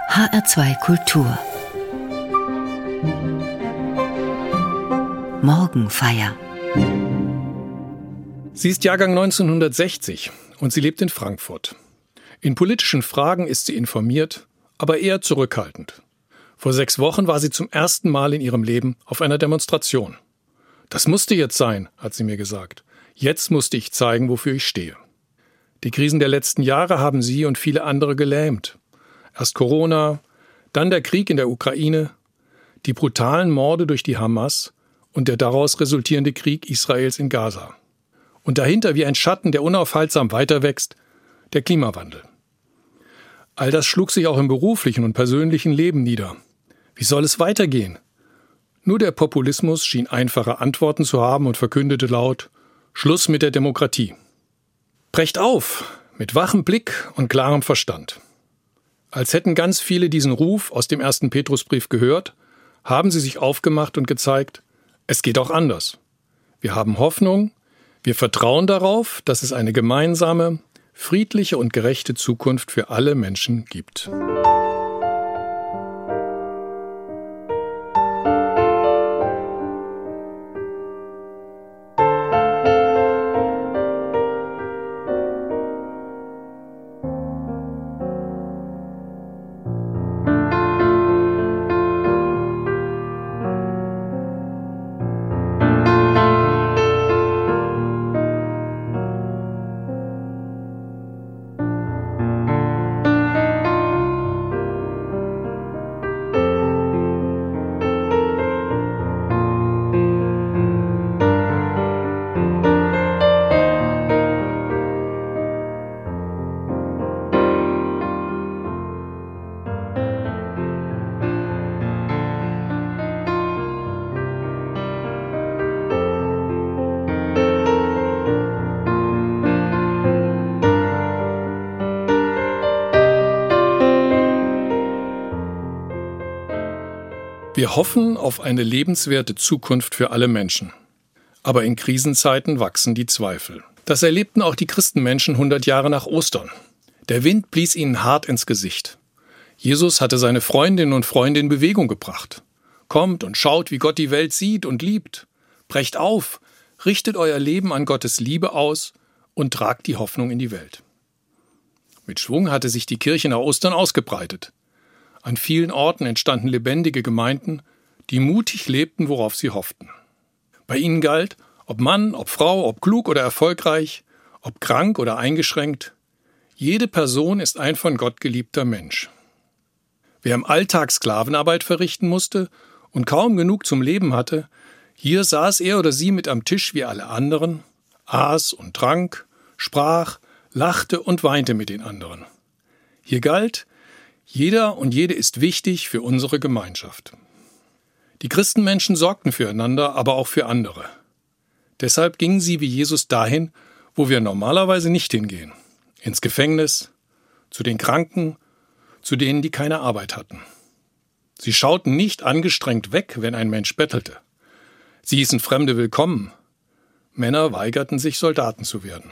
HR2 Kultur Morgenfeier. Sie ist Jahrgang 1960 und sie lebt in Frankfurt. In politischen Fragen ist sie informiert, aber eher zurückhaltend. Vor 6 Wochen war sie zum ersten Mal in ihrem Leben auf einer Demonstration. Das musste jetzt sein, hat sie mir gesagt. Jetzt musste ich zeigen, wofür ich stehe. Die Krisen der letzten Jahre haben sie und viele andere gelähmt. Erst Corona, dann der Krieg in der Ukraine, die brutalen Morde durch die Hamas und der daraus resultierende Krieg Israels in Gaza. Und dahinter wie ein Schatten, der unaufhaltsam weiterwächst, der Klimawandel. All das schlug sich auch im beruflichen und persönlichen Leben nieder. Wie soll es weitergehen? Nur der Populismus schien einfache Antworten zu haben und verkündete laut: Schluss mit der Demokratie. Brecht auf, mit wachem Blick und klarem Verstand. Als hätten ganz viele diesen Ruf aus dem 1. Petrusbrief gehört, haben sie sich aufgemacht und gezeigt, es geht auch anders. Wir haben Hoffnung, wir vertrauen darauf, dass es eine gemeinsame, friedliche und gerechte Zukunft für alle Menschen gibt. Wir hoffen auf eine lebenswerte Zukunft für alle Menschen. Aber in Krisenzeiten wachsen die Zweifel. Das erlebten auch die Christenmenschen 100 Jahre nach Ostern. Der Wind blies ihnen hart ins Gesicht. Jesus hatte seine Freundinnen und Freunde in Bewegung gebracht. Kommt und schaut, wie Gott die Welt sieht und liebt. Brecht auf, richtet euer Leben an Gottes Liebe aus und tragt die Hoffnung in die Welt. Mit Schwung hatte sich die Kirche nach Ostern ausgebreitet. An vielen Orten entstanden lebendige Gemeinden, die mutig lebten, worauf sie hofften. Bei ihnen galt, ob Mann, ob Frau, ob klug oder erfolgreich, ob krank oder eingeschränkt, jede Person ist ein von Gott geliebter Mensch. Wer im Alltag Sklavenarbeit verrichten musste und kaum genug zum Leben hatte, hier saß er oder sie mit am Tisch wie alle anderen, aß und trank, sprach, lachte und weinte mit den anderen. Hier galt, jeder und jede ist wichtig für unsere Gemeinschaft. Die Christenmenschen sorgten füreinander, aber auch für andere. Deshalb gingen sie wie Jesus dahin, wo wir normalerweise nicht hingehen. Ins Gefängnis, zu den Kranken, zu denen, die keine Arbeit hatten. Sie schauten nicht angestrengt weg, wenn ein Mensch bettelte. Sie hießen Fremde willkommen. Männer weigerten sich, Soldaten zu werden.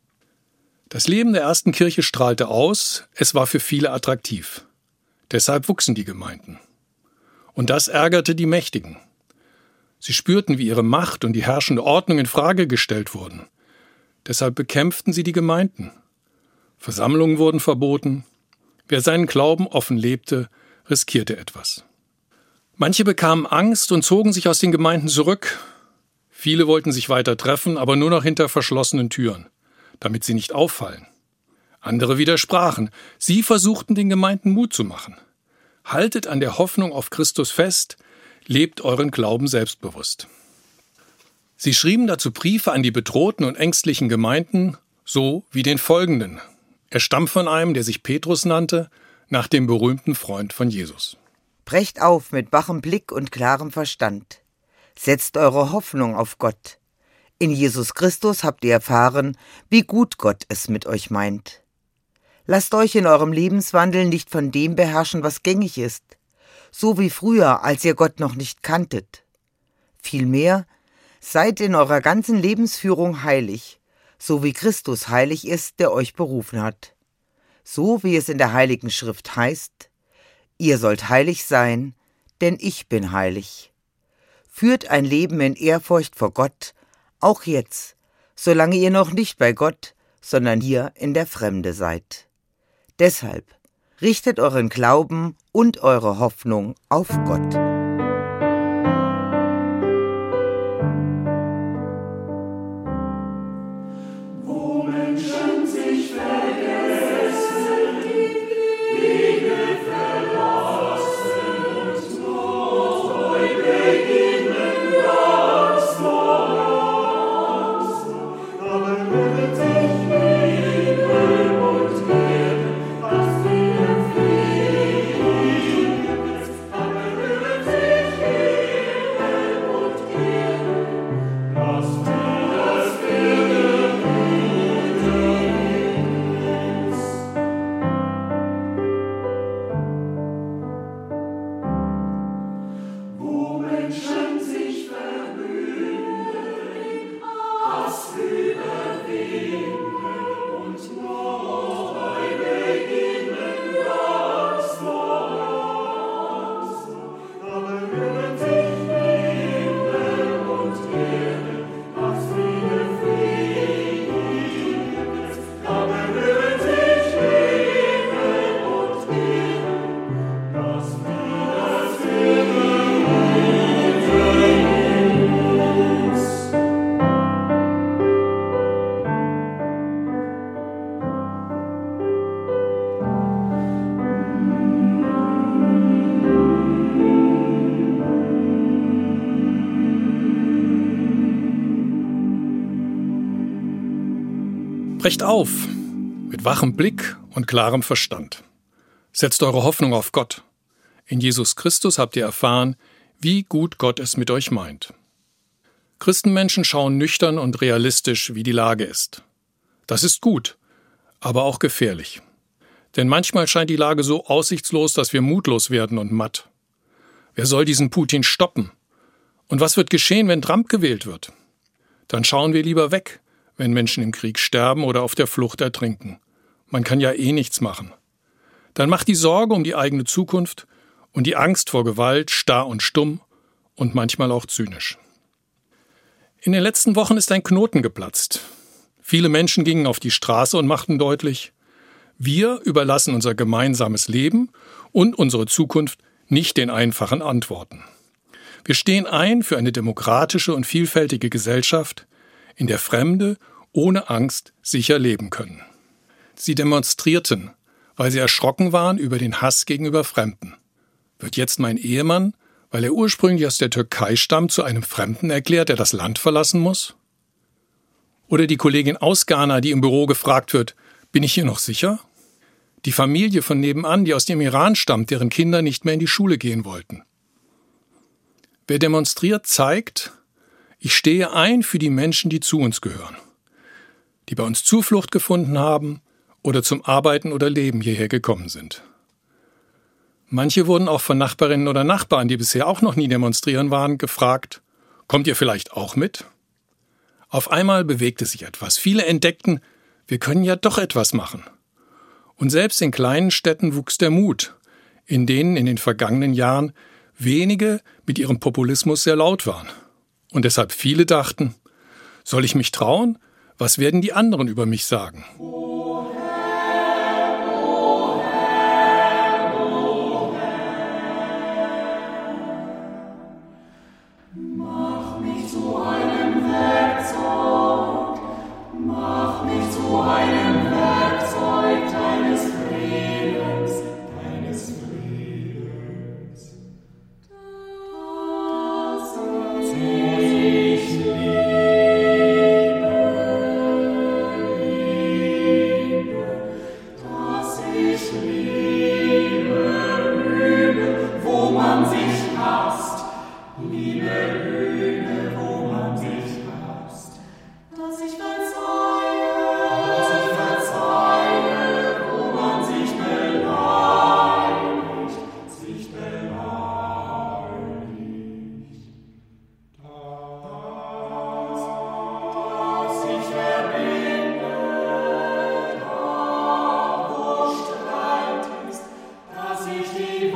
Das Leben der ersten Kirche strahlte aus, es war für viele attraktiv. Deshalb wuchsen die Gemeinden. Und das ärgerte die Mächtigen. Sie spürten, wie ihre Macht und die herrschende Ordnung in Frage gestellt wurden. Deshalb bekämpften sie die Gemeinden. Versammlungen wurden verboten. Wer seinen Glauben offen lebte, riskierte etwas. Manche bekamen Angst und zogen sich aus den Gemeinden zurück. Viele wollten sich weiter treffen, aber nur noch hinter verschlossenen Türen, damit sie nicht auffallen. Andere widersprachen. Sie versuchten, den Gemeinden Mut zu machen. Haltet an der Hoffnung auf Christus fest, lebt euren Glauben selbstbewusst. Sie schrieben dazu Briefe an die bedrohten und ängstlichen Gemeinden, so wie den folgenden. Er stammt von einem, der sich Petrus nannte, nach dem berühmten Freund von Jesus. Brecht auf mit wachem Blick und klarem Verstand. Setzt eure Hoffnung auf Gott. In Jesus Christus habt ihr erfahren, wie gut Gott es mit euch meint. Lasst euch in eurem Lebenswandel nicht von dem beherrschen, was gängig ist, so wie früher, als ihr Gott noch nicht kanntet. Vielmehr, seid in eurer ganzen Lebensführung heilig, so wie Christus heilig ist, der euch berufen hat. So wie es in der Heiligen Schrift heißt: Ihr sollt heilig sein, denn ich bin heilig. Führt ein Leben in Ehrfurcht vor Gott, auch jetzt, solange ihr noch nicht bei Gott, sondern hier in der Fremde seid. Deshalb richtet euren Glauben und eure Hoffnung auf Gott. Brecht auf mit wachem Blick und klarem Verstand. Setzt eure Hoffnung auf Gott. In Jesus Christus habt ihr erfahren, wie gut Gott es mit euch meint. Christenmenschen schauen nüchtern und realistisch, wie die Lage ist. Das ist gut, aber auch gefährlich. Denn manchmal scheint die Lage so aussichtslos, dass wir mutlos werden und matt. Wer soll diesen Putin stoppen? Und was wird geschehen, wenn Trump gewählt wird? Dann schauen wir lieber weg, wenn Menschen im Krieg sterben oder auf der Flucht ertrinken. Man kann ja eh nichts machen. Dann macht die Sorge um die eigene Zukunft und die Angst vor Gewalt starr und stumm und manchmal auch zynisch. In den letzten Wochen ist ein Knoten geplatzt. Viele Menschen gingen auf die Straße und machten deutlich, wir überlassen unser gemeinsames Leben und unsere Zukunft nicht den einfachen Antworten. Wir stehen ein für eine demokratische und vielfältige Gesellschaft, in der Fremde ohne Angst sicher leben können. Sie demonstrierten, weil sie erschrocken waren über den Hass gegenüber Fremden. Wird jetzt mein Ehemann, weil er ursprünglich aus der Türkei stammt, zu einem Fremden erklärt, der das Land verlassen muss? Oder die Kollegin aus Ghana, die im Büro gefragt wird, bin ich hier noch sicher? Die Familie von nebenan, die aus dem Iran stammt, deren Kinder nicht mehr in die Schule gehen wollten. Wer demonstriert, zeigt, ich stehe ein für die Menschen, die zu uns gehören, die bei uns Zuflucht gefunden haben oder zum Arbeiten oder Leben hierher gekommen sind. Manche wurden auch von Nachbarinnen oder Nachbarn, die bisher auch noch nie demonstrieren waren, gefragt, kommt ihr vielleicht auch mit? Auf einmal bewegte sich etwas. Viele entdeckten, wir können ja doch etwas machen. Und selbst in kleinen Städten wuchs der Mut, in denen in den vergangenen Jahren wenige mit ihrem Populismus sehr laut waren. Und deshalb viele dachten, soll ich mich trauen? Was werden die anderen über mich sagen?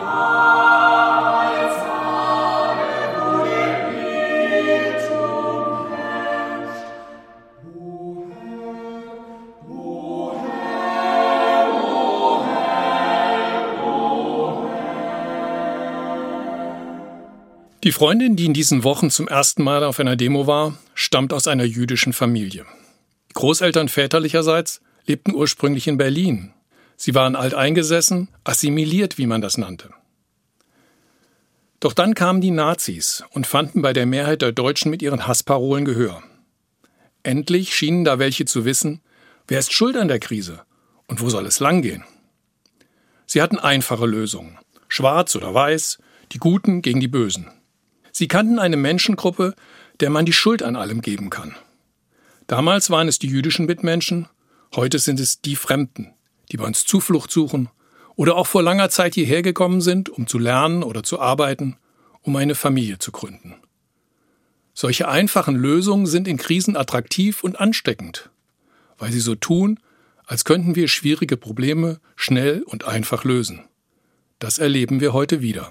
Die Freundin, die in diesen Wochen zum ersten Mal auf einer Demo war, stammt aus einer jüdischen Familie. Die Großeltern väterlicherseits lebten ursprünglich in Berlin. Sie waren alteingesessen, assimiliert, wie man das nannte. Doch dann kamen die Nazis und fanden bei der Mehrheit der Deutschen mit ihren Hassparolen Gehör. Endlich schienen da welche zu wissen, wer ist schuld an der Krise und wo soll es langgehen. Sie hatten einfache Lösungen, schwarz oder weiß, die Guten gegen die Bösen. Sie kannten eine Menschengruppe, der man die Schuld an allem geben kann. Damals waren es die jüdischen Mitmenschen, heute sind es die Fremden, die bei uns Zuflucht suchen oder auch vor langer Zeit hierher gekommen sind, um zu lernen oder zu arbeiten, um eine Familie zu gründen. Solche einfachen Lösungen sind in Krisen attraktiv und ansteckend, weil sie so tun, als könnten wir schwierige Probleme schnell und einfach lösen. Das erleben wir heute wieder.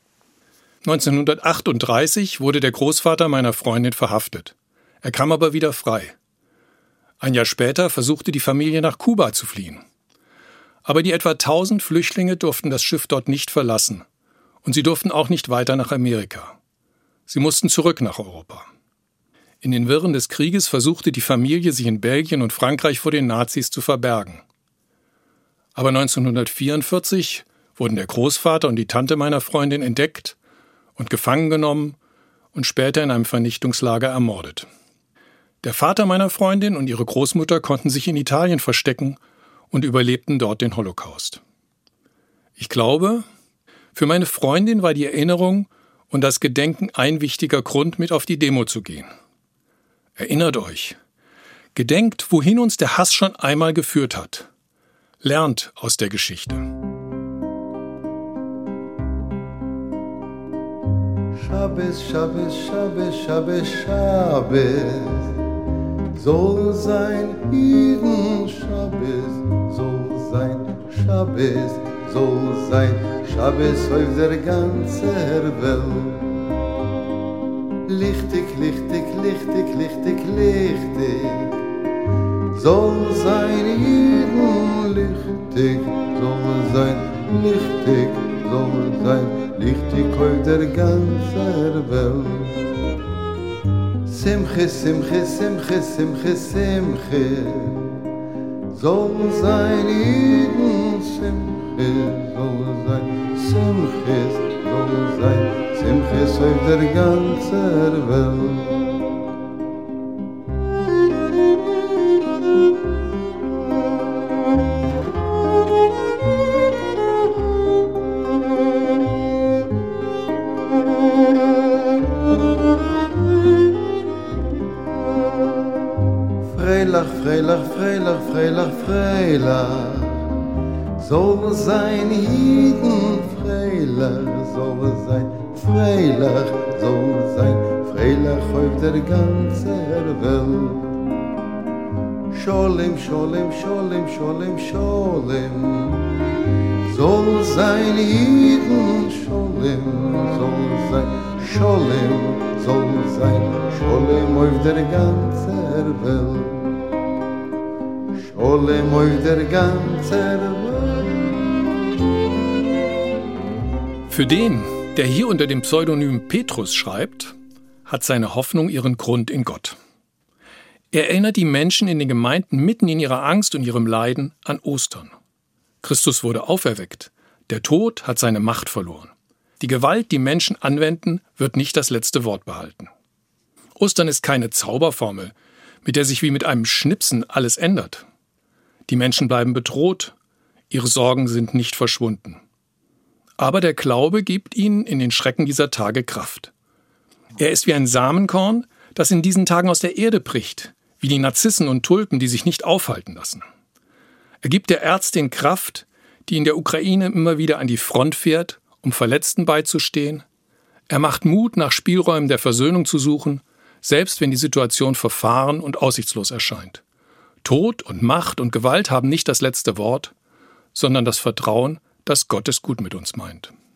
1938 wurde der Großvater meiner Freundin verhaftet. Er kam aber wieder frei. Ein Jahr später versuchte die Familie nach Kuba zu fliehen. Aber die etwa 1000 Flüchtlinge durften das Schiff dort nicht verlassen. Und sie durften auch nicht weiter nach Amerika. Sie mussten zurück nach Europa. In den Wirren des Krieges versuchte die Familie, sich in Belgien und Frankreich vor den Nazis zu verbergen. Aber 1944 wurden der Großvater und die Tante meiner Freundin entdeckt und gefangen genommen und später in einem Vernichtungslager ermordet. Der Vater meiner Freundin und ihre Großmutter konnten sich in Italien verstecken und überlebten dort den Holocaust. Ich glaube, für meine Freundin war die Erinnerung und das Gedenken ein wichtiger Grund, mit auf die Demo zu gehen. Erinnert euch. Gedenkt, wohin uns der Hass schon einmal geführt hat. Lernt aus der Geschichte. Shabbos, Shabbos, Shabbos, Shabbos, Shabbos soll sein Eden, Shabbos soll sein, Shabbos soll sein, Shabbos auf der ganzen Welt. Lichtig, lichtig, lichtig, lichtig, lichtig soll sein Eden, lichtig soll sein, lichtig soll sein, lichtig auf der ganzen Welt. Simche, Simche, Simche, Simche, Simche soll sein Eden, Simche soll sein, Simche soll sein, Simche auf der ganzen Welt. Freilach, Freilach, Freilach, Freilach soll sein Jiden, Freilach soll sein, Freilach soll sein, Freilach auf der ganzen Welt. Scholem, Scholem, Scholem, Scholem, Scholem soll sein Jiden, Scholem soll sein, Scholem soll sein, Scholem auf der ganzen Welt. Scholem auf der ganzen Welt. Für den, der hier unter dem Pseudonym Petrus schreibt, hat seine Hoffnung ihren Grund in Gott. Er erinnert die Menschen in den Gemeinden mitten in ihrer Angst und ihrem Leiden an Ostern. Christus wurde auferweckt. Der Tod hat seine Macht verloren. Die Gewalt, die Menschen anwenden, wird nicht das letzte Wort behalten. Ostern ist keine Zauberformel, mit der sich wie mit einem Schnipsen alles ändert. Die Menschen bleiben bedroht, ihre Sorgen sind nicht verschwunden. Aber der Glaube gibt ihnen in den Schrecken dieser Tage Kraft. Er ist wie ein Samenkorn, das in diesen Tagen aus der Erde bricht, wie die Narzissen und Tulpen, die sich nicht aufhalten lassen. Er gibt der Ärztin Kraft, die in der Ukraine immer wieder an die Front fährt, um Verletzten beizustehen. Er macht Mut, nach Spielräumen der Versöhnung zu suchen, selbst wenn die Situation verfahren und aussichtslos erscheint. Tod und Macht und Gewalt haben nicht das letzte Wort, sondern das Vertrauen, dass Gott es gut mit uns meint.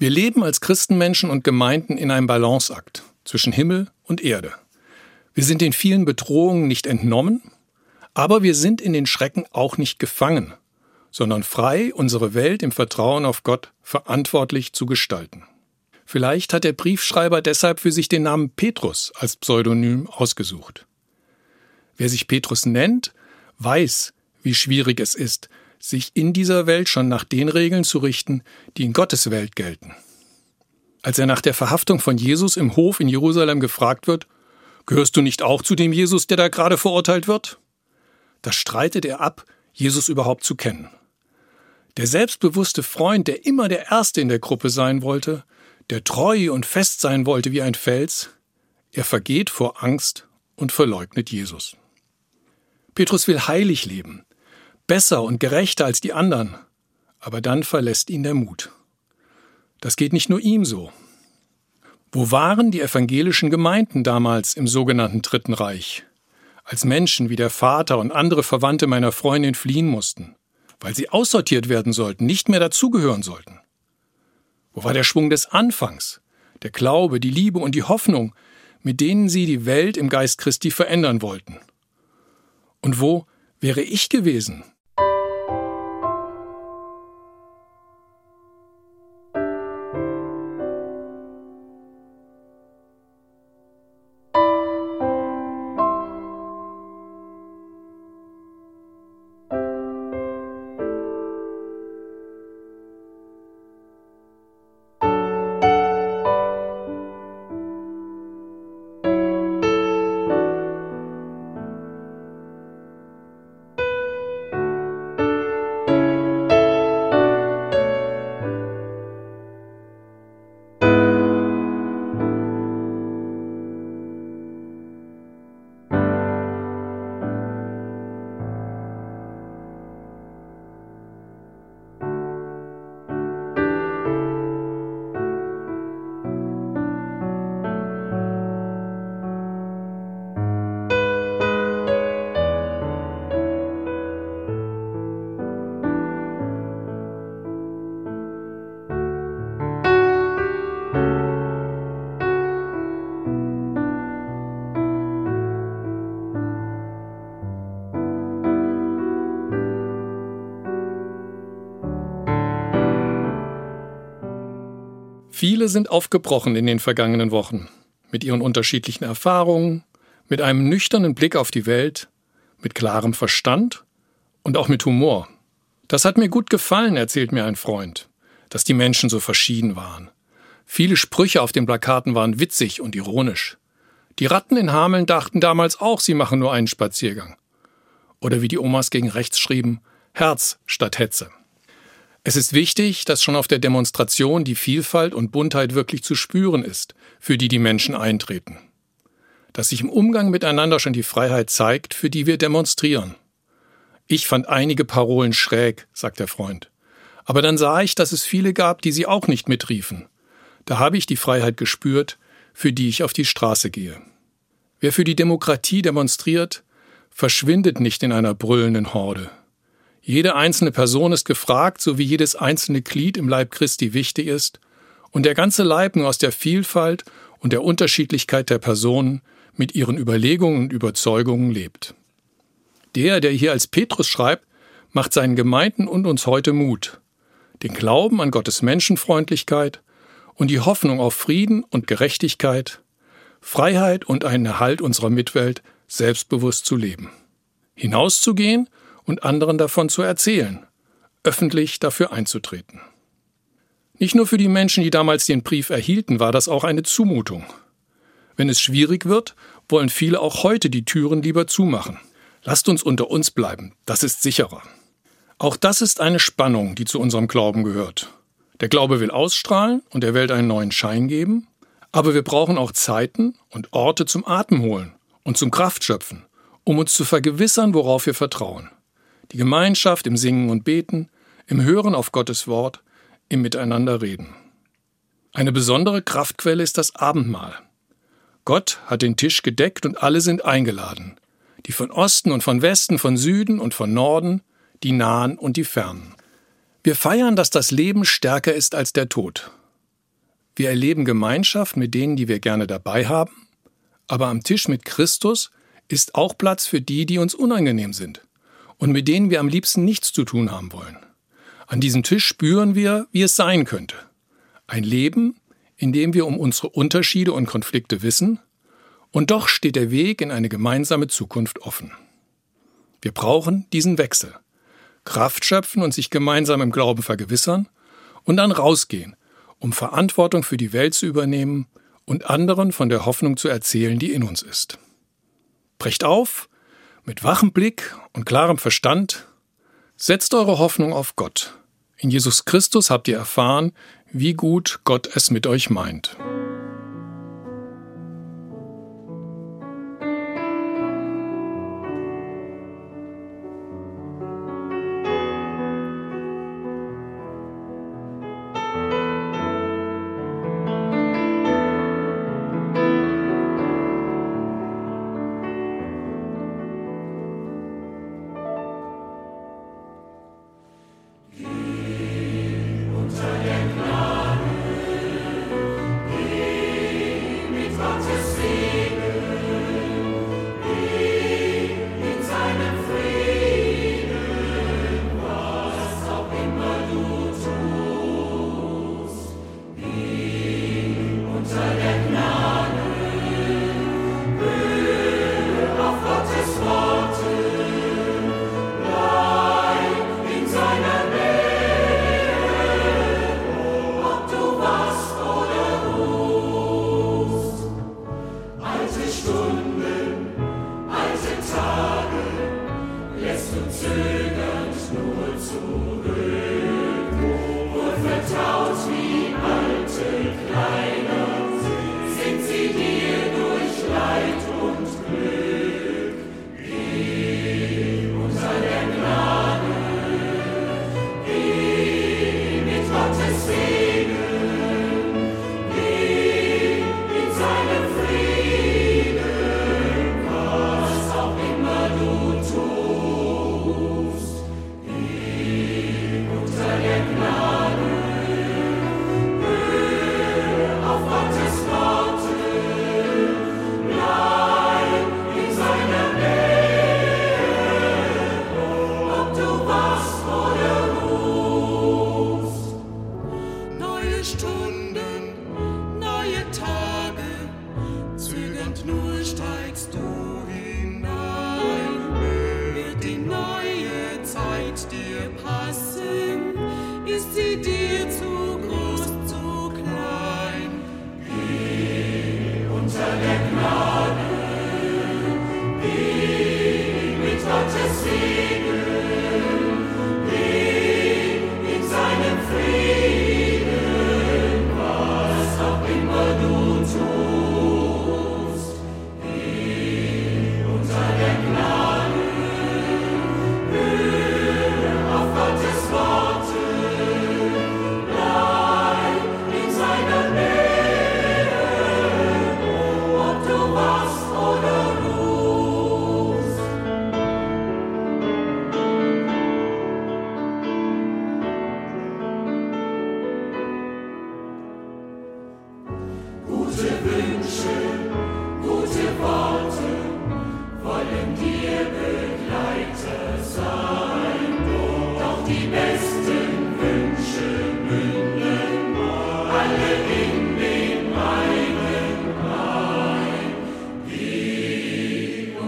Wir leben als Christenmenschen und Gemeinden in einem Balanceakt zwischen Himmel und Erde. Wir sind den vielen Bedrohungen nicht entnommen, aber wir sind in den Schrecken auch nicht gefangen, sondern frei, unsere Welt im Vertrauen auf Gott verantwortlich zu gestalten. Vielleicht hat der Briefschreiber deshalb für sich den Namen Petrus als Pseudonym ausgesucht. Wer sich Petrus nennt, weiß, wie schwierig es ist, sich in dieser Welt schon nach den Regeln zu richten, die in Gottes Welt gelten. Als er nach der Verhaftung von Jesus im Hof in Jerusalem gefragt wird, »Gehörst du nicht auch zu dem Jesus, der da gerade verurteilt wird?« da streitet er ab, Jesus überhaupt zu kennen. Der selbstbewusste Freund, der immer der Erste in der Gruppe sein wollte, der treu und fest sein wollte wie ein Fels, er vergeht vor Angst und verleugnet Jesus. Petrus will heilig leben, besser und gerechter als die anderen, aber dann verlässt ihn der Mut. Das geht nicht nur ihm so. Wo waren die evangelischen Gemeinden damals im sogenannten Dritten Reich, als Menschen wie der Vater und andere Verwandte meiner Freundin fliehen mussten, weil sie aussortiert werden sollten, nicht mehr dazugehören sollten? Wo war der Schwung des Anfangs, der Glaube, die Liebe und die Hoffnung, mit denen sie die Welt im Geist Christi verändern wollten? Und wo wäre ich gewesen? Viele sind aufgebrochen in den vergangenen Wochen, mit ihren unterschiedlichen Erfahrungen, mit einem nüchternen Blick auf die Welt, mit klarem Verstand und auch mit Humor. Das hat mir gut gefallen, erzählt mir ein Freund, dass die Menschen so verschieden waren. Viele Sprüche auf den Plakaten waren witzig und ironisch. Die Ratten in Hameln dachten damals auch, sie machen nur einen Spaziergang. Oder wie die Omas gegen rechts schrieben, Herz statt Hetze. Es ist wichtig, dass schon auf der Demonstration die Vielfalt und Buntheit wirklich zu spüren ist, für die die Menschen eintreten. Dass sich im Umgang miteinander schon die Freiheit zeigt, für die wir demonstrieren. Ich fand einige Parolen schräg, sagt der Freund. Aber dann sah ich, dass es viele gab, die sie auch nicht mitriefen. Da habe ich die Freiheit gespürt, für die ich auf die Straße gehe. Wer für die Demokratie demonstriert, verschwindet nicht in einer brüllenden Horde. Jede einzelne Person ist gefragt, so wie jedes einzelne Glied im Leib Christi wichtig ist und der ganze Leib nur aus der Vielfalt und der Unterschiedlichkeit der Personen mit ihren Überlegungen und Überzeugungen lebt. Der hier als Petrus schreibt, macht seinen Gemeinden und uns heute Mut, den Glauben an Gottes Menschenfreundlichkeit und die Hoffnung auf Frieden und Gerechtigkeit, Freiheit und einen Erhalt unserer Mitwelt selbstbewusst zu leben, hinauszugehen und anderen davon zu erzählen, öffentlich dafür einzutreten. Nicht nur für die Menschen, die damals den Brief erhielten, war das auch eine Zumutung. Wenn es schwierig wird, wollen viele auch heute die Türen lieber zumachen. Lasst uns unter uns bleiben, das ist sicherer. Auch das ist eine Spannung, die zu unserem Glauben gehört. Der Glaube will ausstrahlen und der Welt einen neuen Schein geben, aber wir brauchen auch Zeiten und Orte zum Atem holen und zum Kraftschöpfen, um uns zu vergewissern, worauf wir vertrauen. Die Gemeinschaft im Singen und Beten, im Hören auf Gottes Wort, im Miteinanderreden. Eine besondere Kraftquelle ist das Abendmahl. Gott hat den Tisch gedeckt und alle sind eingeladen. Die von Osten und von Westen, von Süden und von Norden, die Nahen und die Fernen. Wir feiern, dass das Leben stärker ist als der Tod. Wir erleben Gemeinschaft mit denen, die wir gerne dabei haben, aber am Tisch mit Christus ist auch Platz für die, die uns unangenehm sind und mit denen wir am liebsten nichts zu tun haben wollen. An diesem Tisch spüren wir, wie es sein könnte. Ein Leben, in dem wir um unsere Unterschiede und Konflikte wissen, und doch steht der Weg in eine gemeinsame Zukunft offen. Wir brauchen diesen Wechsel. Kraft schöpfen und sich gemeinsam im Glauben vergewissern und dann rausgehen, um Verantwortung für die Welt zu übernehmen und anderen von der Hoffnung zu erzählen, die in uns ist. Brecht auf, mit wachem Blick und klarem Verstand, setzt eure Hoffnung auf Gott. In Jesus Christus habt ihr erfahren, wie gut Gott es mit euch meint.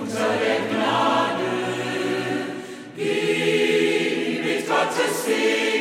Gottes Segen.